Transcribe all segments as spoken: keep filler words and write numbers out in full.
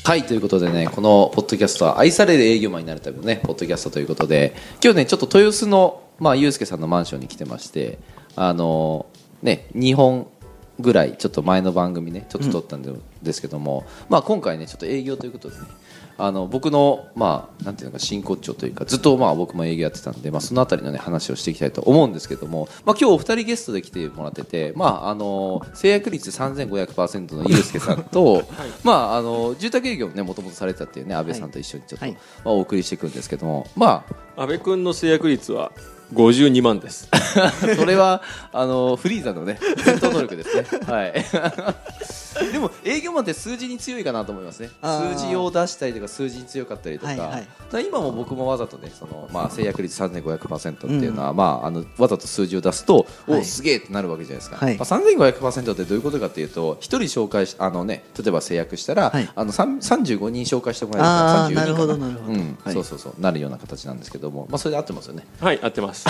はい、ということでね、このポッドキャストは愛される営業マンになるためのね、ポッドキャストということで、今日ね、ちょっと豊洲の、まあ、ゆうすけさんのマンションに来てまして、あのー、ね、にほんぐらい、ちょっと前の番組ね、ちょっと撮ったんで、うん、ですけども、まあ、今回ね、ちょっと営業ということでね、あの僕の、まあ、なんていうのか真骨頂というかずっとまあ僕も営業やってたんで、まあ、そのあたりの、ね、話をしていきたいと思うんですけども、まあ、今日お二人ゲストで来てもらってて、まあ、あの制約率 さんぜんごひゃくパーセント のゆうすけさんと、はい、まあ、あの住宅営業をもともとされてたっていうね安倍さんと一緒にちょっと、はい、まあ、お送りしていくんですけども、まあ、安倍君の制約率はごじゅうにまんですそれはあのフリーザのね戦闘能力ですねはいでも営業マンって数字に強いかなと思いますね。数字を出したりとか数字に強かったりとか、はいはい、だ今も僕もわざとねその、まあ、制約率 さんぜんごひゃくパーセント っていうのは、うん、まあ、あのわざと数字を出すと、はい、おすげえってなるわけじゃないですか、はい、まあ、さんぜんごひゃくパーセント ってどういうことかというとひとり紹介しあの、ね、例えば制約したら、はい、あのさんじゅうごにん紹介してもらえるからさんじゅうよにんかな、なるほどなるほど、うん、はい、そうそうそうなるような形なんですけども、まあ、それで合ってますよね。 はい合ってます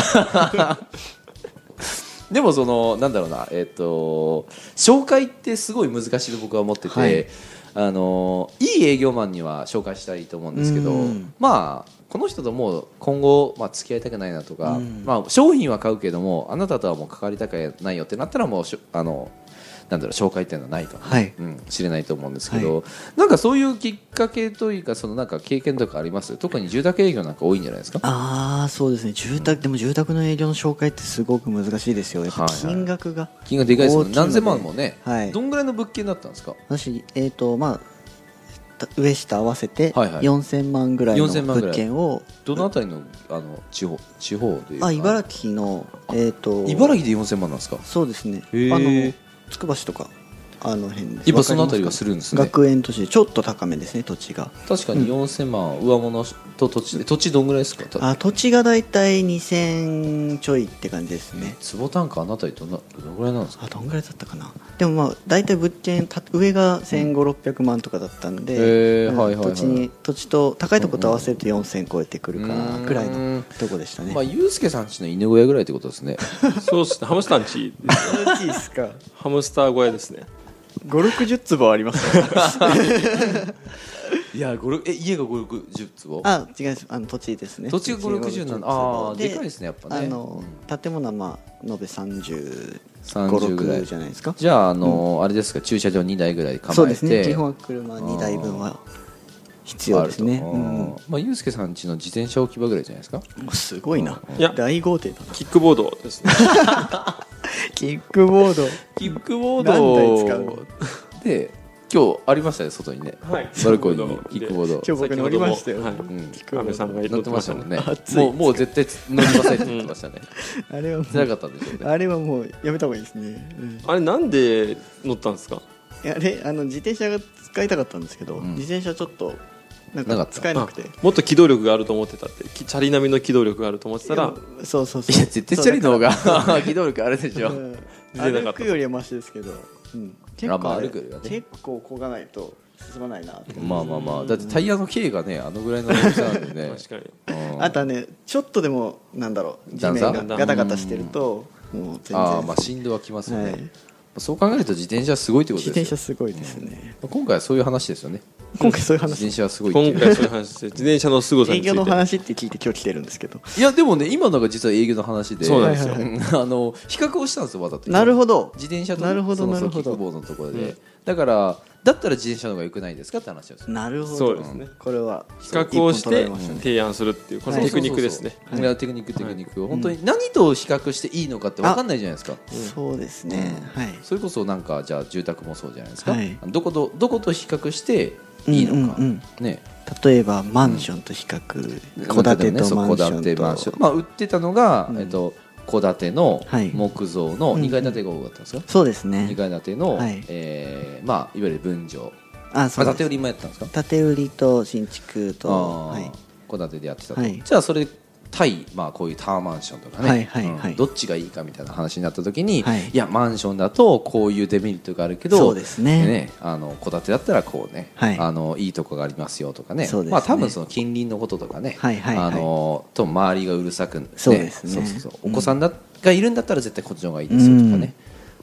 でもそのなんだろうな、えー、と紹介ってすごい難しいと僕は思ってて、はい、あのいい営業マンには紹介したいと思うんですけど、まあこの人ともう今後、まあ、付き合いたくないなとか、まあ、商品は買うけどもあなたとはもう関わりたくないよってなったらもうしあのなんだろう紹介っていうのはないと、はい、うん、知れないと思うんですけど、はい、なんかそういうきっかけというかそのなんか経験とかあります？特に住宅営業なんか多いんじゃないですか？ ああそうですね、住宅、うん、でも住宅の営業の紹介ってすごく難しいですよ。やっぱ金額が、はいはい、 金額でかいですよね。何千万もね、はい、どんぐらいの物件だったんですか？ 私、えーとまあ、上下合わせてよんせんまんぐらいの物件を、 どのあたりの、あの地方地方というか、 あ茨城の、えーと茨城でよんせんまんなんですか？ そうですね、あのつくば市とかあの辺です。 今そのあたりはするんですね。 学園都市でちょっと高めですね、土地が。 確かによんせんまん、うん、上物と土地で、土地どんぐらいですか？ あ土地がだいたいにせんちょいって感じですね。 坪単価あなたりどのぐらいなんですか？ あどんぐらいだったかな。でもまあだいたい物件上がせんごひゃくろっぴゃくまんとかだったんで、土地に土地と高いところと合わせるとよんせん超えてくるかなくらいのとこでしたね。 まあゆうすけさんちの犬小屋ぐらいってことですね。 そうですね、ハムスターんちですか。 ハムスター小屋ですね。 ごじゅう、ろくじゅう坪ありますねいやえ家がごじゅう、ろくじゅう坪？あ違います、あの土地ですね。 土地がごじゅう、ろくじゅうなんだ。ああでかいですねやっぱね。 あの、うん、建物はまあ延べさんじゅうご、ろくじゃないですか。 じゃあ、あのーうん、あれですか、駐車場にだいぐらい構えて。 そうですね、基本は車にだいぶんは必要ですね。うん、 まあ、ゆうすけさんちの自転車置き場ぐらいじゃないですか。 すごいな、いや大豪邸だな。 キックボードですねキックボードキックボード何台使うので今日ありましたね、外にね、はい、バルコニーにキックボード。 今日僕乗りましたよ、 はい、うん、安倍さんが乗ってましたもんね。 もう、もう絶対乗りませんって言ってましたねあれは辛かったんでしょうね。 あれはもうやめた方がいいですね、 うん、あれなんで乗ったんですか？ いやあれあの自転車が使いたかったんですけど、うん、自転車ちょっとなんか使えなくて、 もっと機動力があると思ってたって、チャリ並みの機動力があると思ってたら、 そうそうそう、 いや絶対チャリの方が機動力あるでしょ、うん、 歩くよりはマシですけど、うん、結構、 まあ、歩くよりはね、 結構こがないと進まないな。 まあまあまあ、だってタイヤの径がねあのぐらいの大きさなんでね確かに、 うん、あとはねちょっとでもなんだろう地面がガタガタしてるともう全然、 あまあ振動はきますよね、はい、そう考えると自転車はすごいってことですよ。 自転車すごいですね、 うん、今回はそういう話ですよね。 今回そういう話、 自転車はすごいっていう今回そういう話です。自転車の凄さについて営業の話って聞いて今日来てるんですけど、 いやでもね今のが実は営業の話で、 そうなんですよあの比較をしたんですよわざと。 なるほど、 自転車となるほどそのキックボードのところで、うん、だからだったら自転車の方が良くないですかって話をする。 なるほど、 そうですね、 これは比較をして提案するっていうこのテクニックですね。 テクニックテクニック、はい、本当に何と比較していいのかって分かんないじゃないですか、 うん、そうですね、うん、はい、 それこそなんかじゃあ住宅もそうじゃないですか、はい、どことどこと比較していいのか、うんうんうん、ね、 例えばマンションと比較、戸、うん、建てとマンションと、 まあ、売ってたのが、うん、えっと戸建ての木造のにかい建てが多かったんですか？ うんうん、そうですね、 にかい建ての、はい、えーまあ、いわゆる分譲、 あそうです、 建て売りもやったんですか？ 建て売りと新築と、はい、 戸建てでやってたと、 はい、 じゃあそれ対、まあ、こういうタワーマンションとかね、 はいはいはい、 うん、どっちがいいかみたいな話になった時に、 はい、 いやマンションだとこういうデメリットがあるけど、 そうですね、 ね、あの戸建てだったらこうね、はい、あのいいとこがありますよとかね、まあ、多分その近隣のこととかね、はいはいはい、あのと周りがうるさく、ね、 そうですね、 そうそうそう、お子さんだがいるんだったら絶対こっちの方がいいですよとかね、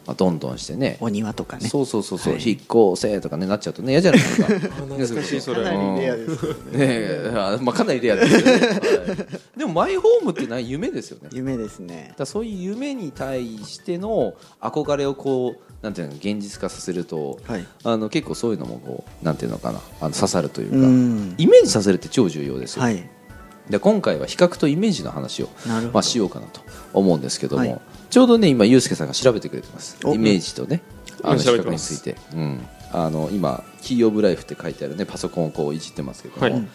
まあ、どんどんしてねお庭とかねそうそうそうそう、 はい引っ越せとかねなっちゃうとね嫌じゃないですか懐かしいそれかなりレアですよねねえあまあ、かなりレアですよね、はい、でもマイホームってない夢ですよね夢ですねだからそういう夢に対しての憧れをこうなんていうの現実化させると、はい、あの結構そういうのもこうなんていうのかなあの刺さるというかうんイメージさせるって超重要ですよ、 はい、 で今回は比較とイメージの話を、まあ、しようかなと思うんですけども、はい、ちょうどね今ユうスケさんが調べてくれてますイメージとねあの比較について、うん、あの今キーオブライフって書いてあるねパソコンをこういじってますけども、はい、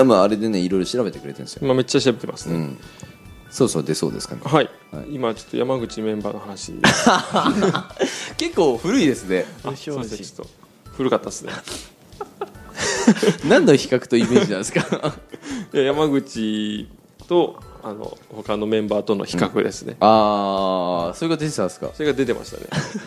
まあ、あれでねいろいろ調べてくれてるんですよ、 まあ、めっちゃ調べてますね、うん、 そうそう出そうですかね、 はい、はい、今ちょっと山口メンバーの話結構古いですねあすいませんちょっと古かったですね何の比較とイメージなんですかいや山口とあの他のメンバーとの比較ですね、 うん、ああそれが出てたんですかそれが出てましたね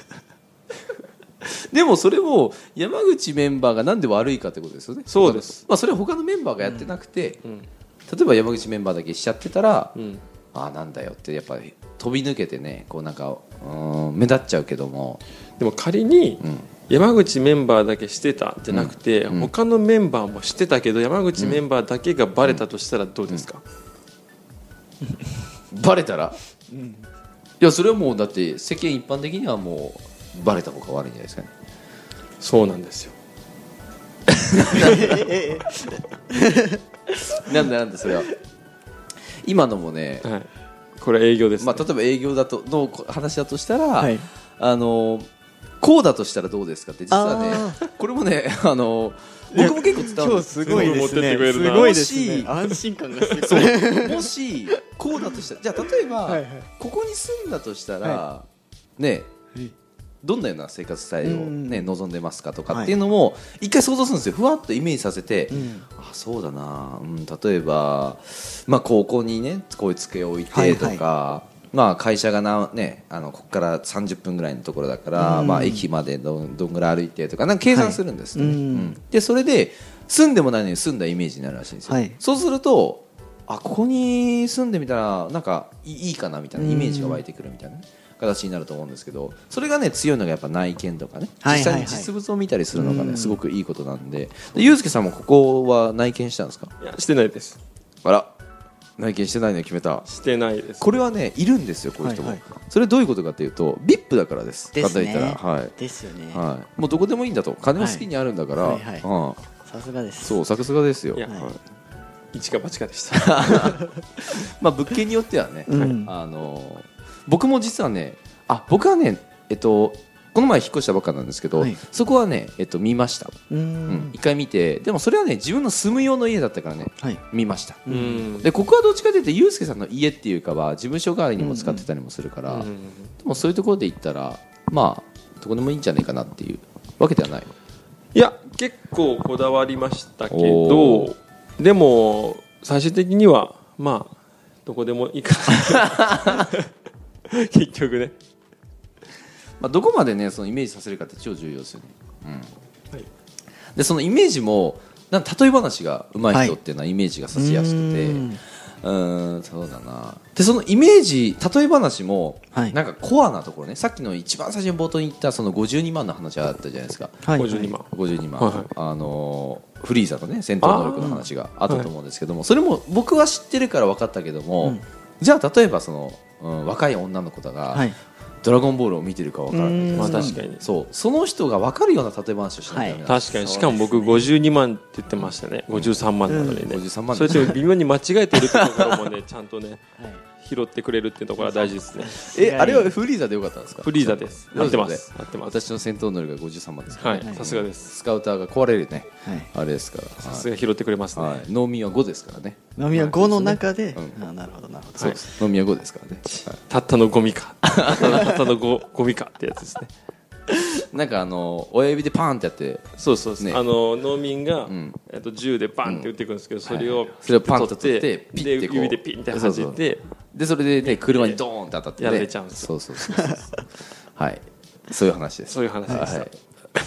でもそれも山口メンバーがなんで悪いかってことですよねそうです、 まあ、それは他のメンバーがやってなくて、うん、例えば山口メンバーだけしちゃってたら、うん、ああなんだよってやっぱり飛び抜けてねこうなんかうん目立っちゃうけどもでも仮に、うん山口メンバーだけしてたじゃなくて、うん、他のメンバーもしてたけど山口メンバーだけがバレたとしたらどうですか、 うん、バレたら、うん、いやそれはもうだって世間一般的にはもうバレた方が悪いんじゃないですかねそうなんですよなんだなんだそれは今のもね、 はい、これは営業です、ねまあ、例えば営業だとの話だとしたら、はい、あのこうだとしたらどうですかって実はねこれもねあの僕も結構伝わる今日すごいですねすごいですね安心感がすごいもしこうだとしたらじゃあ例えばはい、はい、ここに住んだとしたら、はい、ねどんなような生活スタイルを、ね、望んでますかとかっていうのも一回想像するんですよふわっとイメージさせて、うん、あそうだな、うん、例えば、まあ、高校にねこういう机を置いてとか、はいはいまあ、会社がな、ね、あのここからさんじゅっぷんぐらいのところだから、まあ、駅まで ど, どんぐらい歩いてとかなんか計算するんですね、はいうん、でそれで住んでもないのに住んだイメージになるらしいんですよ、はい、そうするとあここに住んでみたらなんかいいかなみたいなイメージが湧いてくるみたいな、ね、形になると思うんですけどそれが、ね、強いのがやっぱ内見とかね実際に実物を見たりするのが、ね、すごくいいことなんでユうスケさんもここは内見したんですか？ いやしてないです。 あら内見してないの決めた。 してないです。 これはねいるんですよこういう人も、はいはい、それどういうことかというと ブイアイピー だからです。 ですね。 簡単に言ったら、はい、 ですよね、 はい、もうどこでもいいんだと金は好きにあるんだから、はいはいはい、 さすがです。 そうさすがですよ。 いや、はい、一か八かでしたまあ物件によってはね、 うん、 あの僕も実はねあ僕はねえっとこの前引っ越したばっかなんですけど、はい、そこはね、えっと、見ました。うん、うん、一回見てでもそれはね自分の住む用の家だったからね、はい、見ました。うんでここはどっちかというとユうスケさんの家っていうかは事務所代わりにも使ってたりもするから、うんうん、でもそういうところで行ったらまあどこでもいいんじゃないかなっていうわけではない。 いや結構こだわりましたけどでも最終的にはまあどこでもいいかな結局ねまあ、どこまで、ね、そのイメージさせるかって超重要ですよね、うんはい、でそのイメージもなんか例え話が上手い人っていうのはイメージがさせやすくて、はい、うーんそうだなでそのイメージ例え話もなんかコアなところねさっきの一番最初に冒頭に言ったそのごじゅうにまんの話あったじゃないですか、 はい、ごじゅうにまん、 ごじゅうにまん、はいはい、あのフリーザのね戦闘能力の話があったと思うんですけども、はい、それも僕は知ってるから分かったけども、うん、じゃあ例えばその、うん、若い女の子だが、はいドラゴンボールを見てるか分からない、 まあ、確かにそうその人が分かるような例え話をしないとダメなんです、 はい、確かにしかも僕ごじゅうにまんって言ってましたね、うん、ごじゅうさんまんなのにね、うん、 ごじゅうさんまんそれって微妙に間違えてるってところもねちゃんとね、はい拾ってくれるっていうところは大事ですね。 え、あれはフリーザでよかったんですか？ フリーザです。合ってます。合ってます。 私の戦闘能力がごじゅうさんまんですからね。はい、さすがです。 スカウターが壊れるね。はい、あれですから。 さすが拾ってくれますね。はい、 農民はごですからね。 農民はごの中で、うん、あなるほどなるほど。 そうです。農民はごですからね。 はい、たったのゴミか。たったのゴゴミかってやつですね。 なんかあの親指でパーンってやってそうそうですねあの農民が、うんえっと、銃でバンって撃っていくんですけど、うん、それを、はい、 それをパンと取ってピッてこう指でピンって弾いてそうそうでそれで、ね、車にドーンって当たって、ね、 やられちゃうんですよそうそうそうそうはいそういう話ですそういう話です、はい、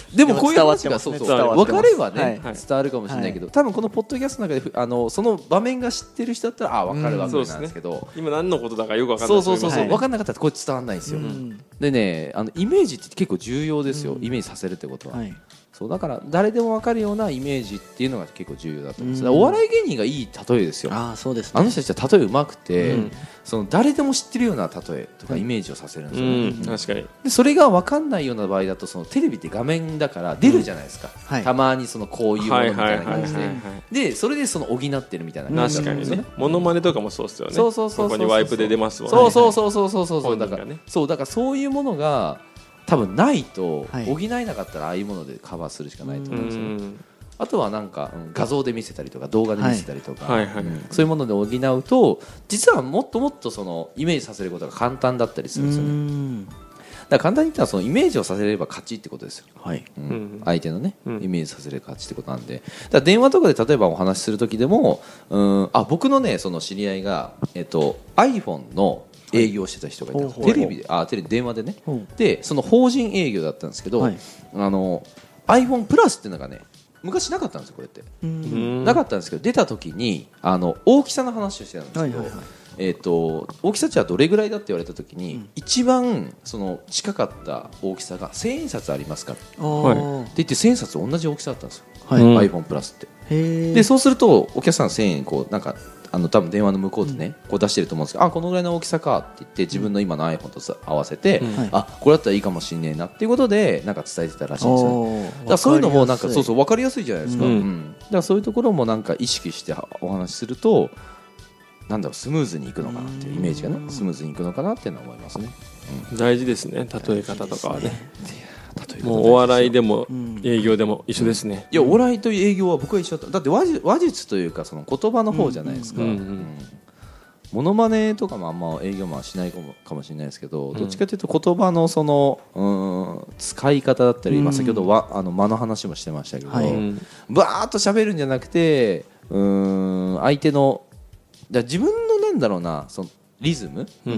でもこういう話がそうそう分かればね、 はい、 伝わるかもしれないけど、多分このポッドキャストの中であのその場面が知ってる人だったらあ分かるわけなんですけど、 うん、今何のことだかよく分かんない。 そうそうそうそう、 はい、 分かんなかったらこれ伝わんないんですよ、うん、でねあのイメージって結構重要ですよ、うん、イメージさせるってことは、はい、そうだから誰でも分かるようなイメージっていうのが結構重要だと思うんです、うん、お笑い芸人がいい例えですよ。 あ、そうですね、 あの人たちは例えうまくて、うん、その誰でも知ってるような例えとかイメージをさせるんですよ、ね、 うん、確かに。 でそれが分かんないような場合だとそのテレビって画面だから出るじゃないですか、うん、はい、たまにそのこういうものみたいな感じで、でそれでその補ってるみたいな感じ確かにね、モノマネとかもそうですよね。 そうそうそうそう、 ここにワイプで出ますわね。 そうそうそうそうそうそうそう、 だからね、そうだからそういうものが多分ないと補えなかったらああいうものでカバーするしかないと思うんですよ、ね、あとはなんか、うん、画像で見せたりとか動画で見せたりとか、はいはいはい、うん、そういうもので補うと実はもっともっとそのイメージさせることが簡単だったりするんですよね。うんだから簡単に言ったらそのイメージをさせれば勝ちってことですよ、はい、うん、相手のね、うん、イメージさせれば勝ちってことなんで、だから電話とかで例えばお話しする時でも、うん、あ僕のねその知り合いが、えっと、iPhone の営業してた人がいたんです、はい、テレビであテレビ電話でね、でその法人営業だったんですけど、はい、あの iPhone プラスっていうのがね昔なかったんですよこれって、うんなかったんですけど出た時にあの大きさの話をしてたんですけど、はいはいはい、えー、と大きさ値はどれぐらいだって言われた時に、うん、一番その近かった大きさがせんえん札ありますかって言ってせんえん札同じ大きさだったんですよ、はい、iPhone プラスって。へでそうするとお客さんせんえんこうなんかあの多分電話の向こうでね、うん、こう出してると思うんですけどあこのぐらいの大きさかって言って自分の今の iPhone と合わせて、うん、あこれだったらいいかもしれないなっていうことでなんか伝えてたらしいんですよ、ね、だからそういうのもなんかそうそう分かりやすいじゃないですか、うんうん、だからそういうところもなんか意識してお話しするとなんだろうスムーズにいくのかなっていうイメージがねスムーズにいくのかなっていうのは思いますね、 うん、大事ですね例え方とかはね。もうお笑いでも営業でも一緒ですね、 うん、いやお笑いと営業は僕は一緒だった。だって話術、話術というかその言葉の方じゃないですか、うんうんうん、モノマネとかもあんま営業マンはしないかも、かもしれないですけど、うん、どっちかというと言葉のその、うん、使い方だったり、うんまあ、先ほどはあの間の話もしてましたけど、はい、バーッと喋るんじゃなくてうん相手のだ自分のなんだろうなそのリズム、うんうん、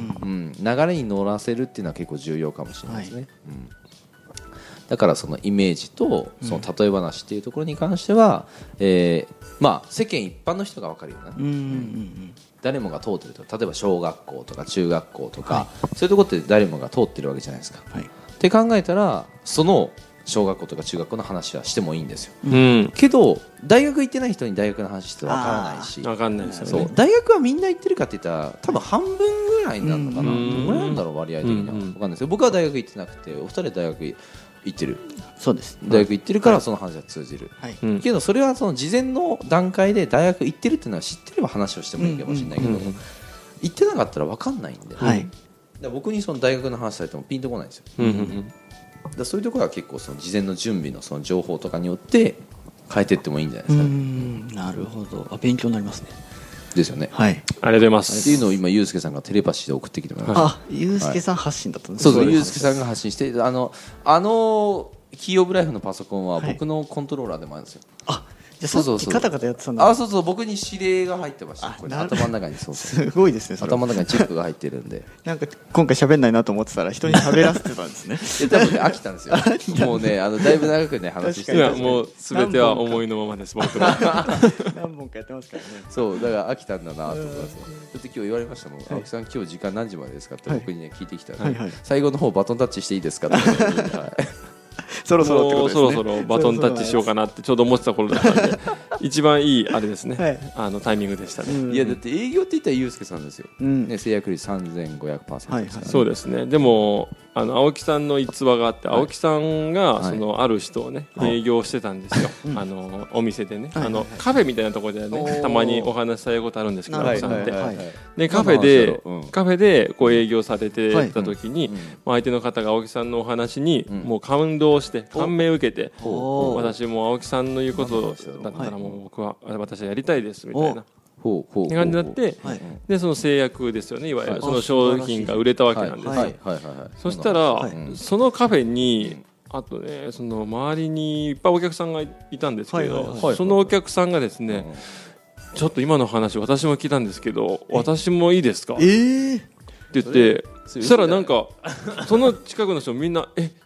流れに乗らせるっていうのは結構重要かもしれないですね、はいうんだからそのイメージとその例え話っていうところに関しては、うんえーまあ、世間一般の人が分かるような、うんうんうん、誰もが通ってると例えば小学校とか中学校とか、はい、そういうところって誰もが通ってるわけじゃないですか、はい、って考えたらその小学校とか中学校の話はしてもいいんですよ、うん、けど大学行ってない人に大学の話して分からないし分かんないですよね。 そう大学はみんな行ってるかって言ったら多分半分ぐらいになるのかな、どれなんだろう割合的には分かんないですけど僕は大学行ってなくてお二人は大学行ってるそうです大学行ってるからその話は通じる、はい、けどそれはその事前の段階で大学行ってるっていうのは知ってれば話をしてもいいかもしれないけど、うんうんうん、行ってなかったら分かんないんで、はい、だ僕にその大学の話されてもピンとこないんですよ、うんうんうん、だそういうところは結構その事前の準備のその情報とかによって変えていってもいいんじゃないですか、ね、 うんなるほどあ勉強になりますねですよね。 はい。ありがとうございます。 っていうのを今ユースケさんがテレパシーで送ってきてもらいました。 あ、ユースケさん発信だったんですね。そうそうユースケさんが発信してあのあのキーオブライフのパソコンは僕のコントローラーでもあるんですよ。 はい、あ、じゃあさっきカタカタやってたんだ。 あ、そうそう僕に指令が入ってました。これ頭の中にそうそう。 すごいですね。 頭の中にチップが入ってるんで。 なんか今回喋んないなと思ってたら人に喋らせてたんですね。 いや多分ね飽きたんですよ。もうねあのだいぶ長くね話してる。もうすべては思いのままです僕は。 何本かやってますからね。 そうだから飽きたんだなと思います。だって今日言われましたもん。はい、青木さん今日時間何時までですかって僕にね聞いてきたら、ねはいはい、最後の方バトンタッチしていいですかって。はいそろそろってことですね。そろそろバトンタッチしようかなってちょうど思ってた頃だったんで一番いいあれですね、はい、あのタイミングでしたね、うん、 いやだって営業って言ったらユースケさんですよ、うんね、制約率 さんぜんごひゃくパーセント ですから、ねはいはい、 そうですね。でもあの青木さんの逸話があって、はい、青木さんがそのある人をね、はい、営業してたんですよ、はい、あのお店でね、はい、あのカフェみたいなところでねたまにお話しされることあるんですけど青木さんって、はいはいはい、でカフェで、うん、カフェでこう営業されてた時に、はいうん、相手の方が青木さんのお話にもう感動して感銘を受けて、私も青木さんの言うことだったらもう僕は私はやりたいですみたいなほうほうって感じになって、はい、でその制約ですよねいわゆる、はい、その商品が売れたわけなんですよ、はいはいはいはい、そしたら、はい、そのカフェにあとねその周りにいっぱいお客さんがいたんですけど、はいはいはい、そのお客さんがですね、はいはい、ちょっと今の話私も聞いたんですけど私もいいですか、えー、って言ってそしたらなんかその近くの人みんなえ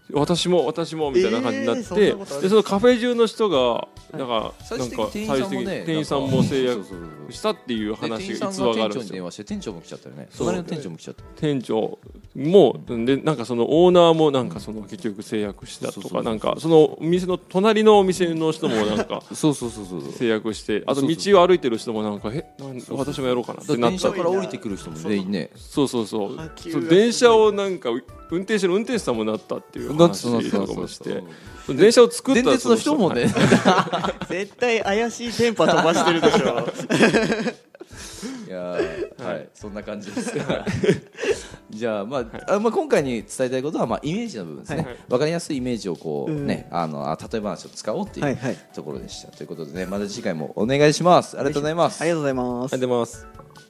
私も私もみたいな感じになって、えー、そでそのカフェ中の人がなんかなんか最終的に店員さんも制約したっていう話逸話があるんですよ。 店長に電話して店長も来ちゃったよね。隣の店長も来ちゃった。 店長もでなんかそのオーナーもなんかその結局制約したとかなんかその店の隣のお店の人もなんかそうそうそうそう制約して、あと道を歩いてる人もなんかえなん私もやろうかなってなった。 電車から降りてくる人も全員ね。 そうそうそうそう電車をなんか運転してる運転手さんもなったっていう話とかもして、電車を作った電鉄の人もね絶対怪しい電波飛ばしてるでしょいや、はい、そんな感じですじゃあ、まあ、はい、あまあ今回に伝えたいことは、まあ、イメージの部分ですね、はいはい、分かりやすいイメージをこう、ね、あの例え話を使おうっていう、はいはい、ところでしたということでね、また次回もお願いします。ありがとうございます。 ありがとうございます。 ありがとうございます。